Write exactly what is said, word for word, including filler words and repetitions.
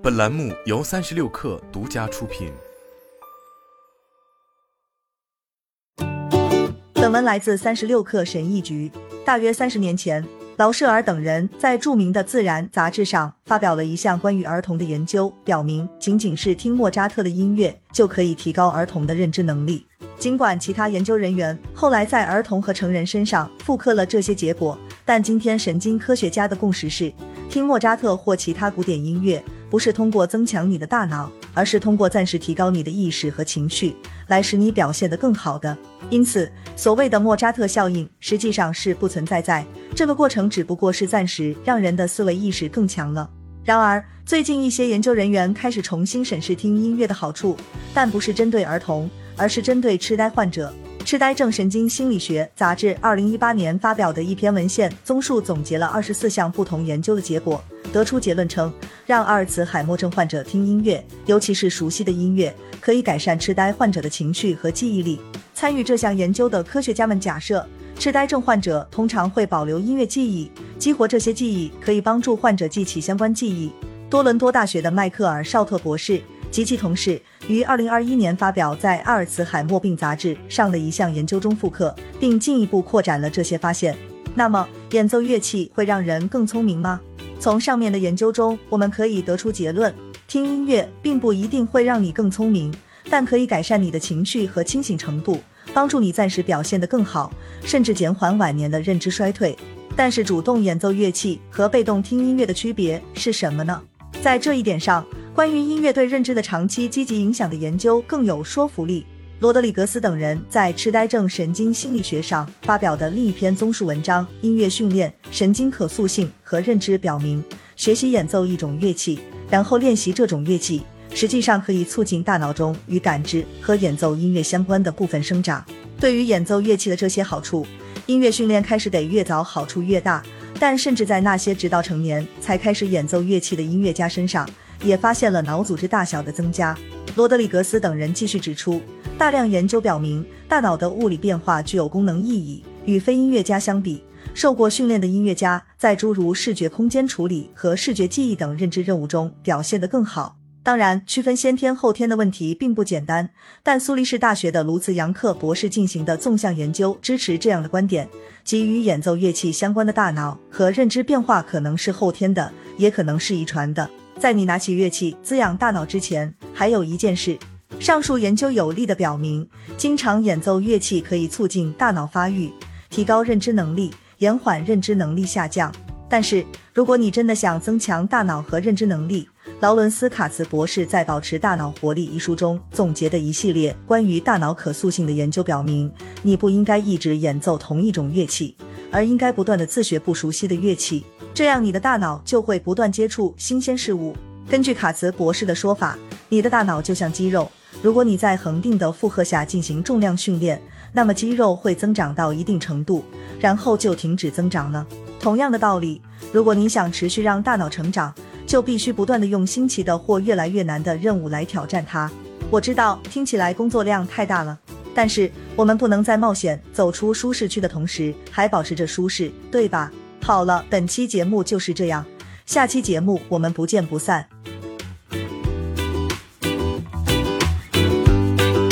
本栏目由三十六氪独家出品。 本文来自三十六氪神译局。大约三十年前，劳舍尔等人在著名的《自然》杂志上发表了一项关于儿童的研究，表明仅仅是听莫扎特的音乐就可以提高儿童的认知能力。尽管其他研究人员后来在儿童和成人身上复刻了这些结果，但今天神经科学家的共识是，听莫扎特或其他古典音乐不是通过增强你的大脑，而是通过暂时提高你的意识和情绪，来使你表现得更好的。因此，所谓的莫扎特效应实际上是不存在在，这个过程只不过是暂时让人的思维意识更强了。然而，最近一些研究人员开始重新审视听音乐的好处，但不是针对儿童，而是针对痴呆患者。痴呆症神经心理学杂志二零一八年发表的一篇文献综述总结了二十四项不同研究的结果，得出结论称，让阿尔茨海默症患者听音乐，尤其是熟悉的音乐，可以改善痴呆患者的情绪和记忆力。参与这项研究的科学家们假设，痴呆症患者通常会保留音乐记忆，激活这些记忆可以帮助患者记起相关记忆。多伦多大学的迈克尔·绍特博士及其同事于二零二一年发表在阿尔茨海默病杂志上的一项研究中复刻，并进一步扩展了这些发现。那么，演奏乐器会让人更聪明吗？从上面的研究中，我们可以得出结论，听音乐并不一定会让你更聪明，但可以改善你的情绪和清醒程度，帮助你暂时表现得更好，甚至减缓晚年的认知衰退。但是主动演奏乐器和被动听音乐的区别是什么呢？在这一点上，关于音乐对认知的长期积极影响的研究更有说服力。罗德里格斯等人在痴呆症神经心理学上发表的另一篇综述文章《音乐训练、神经可塑性和认知》表明，学习演奏一种乐器，然后练习这种乐器，实际上可以促进大脑中与感知和演奏音乐相关的部分生长。对于演奏乐器的这些好处，音乐训练开始得越早好处越大，但甚至在那些直到成年才开始演奏乐器的音乐家身上，也发现了脑组织大小的增加。罗德里格斯等人继续指出，大量研究表明，大脑的物理变化具有功能意义。与非音乐家相比，受过训练的音乐家在诸如视觉空间处理和视觉记忆等认知任务中表现得更好。当然，区分先天后天的问题并不简单，但苏黎世大学的卢茨扬克博士进行的纵向研究支持这样的观点，即与演奏乐器相关的大脑和认知变化可能是后天的，也可能是遗传的。在你拿起乐器滋养大脑之前，还有一件事。上述研究有力地表明，经常演奏乐器可以促进大脑发育，提高认知能力，延缓认知能力下降。但是，如果你真的想增强大脑和认知能力，劳伦斯·卡茨博士在《保持大脑活力》一书中总结的一系列关于大脑可塑性的研究表明，你不应该一直演奏同一种乐器，而应该不断地自学不熟悉的乐器，这样你的大脑就会不断接触新鲜事物。根据卡茨博士的说法，你的大脑就像肌肉，如果你在恒定的负荷下进行重量训练，那么肌肉会增长到一定程度，然后就停止增长了。同样的道理，如果你想持续让大脑成长，就必须不断地用新奇的或越来越难的任务来挑战它。我知道听起来工作量太大了，但是我们不能在冒险走出舒适区的同时还保持着舒适，对吧？好了，本期节目就是这样，下期节目我们不见不散。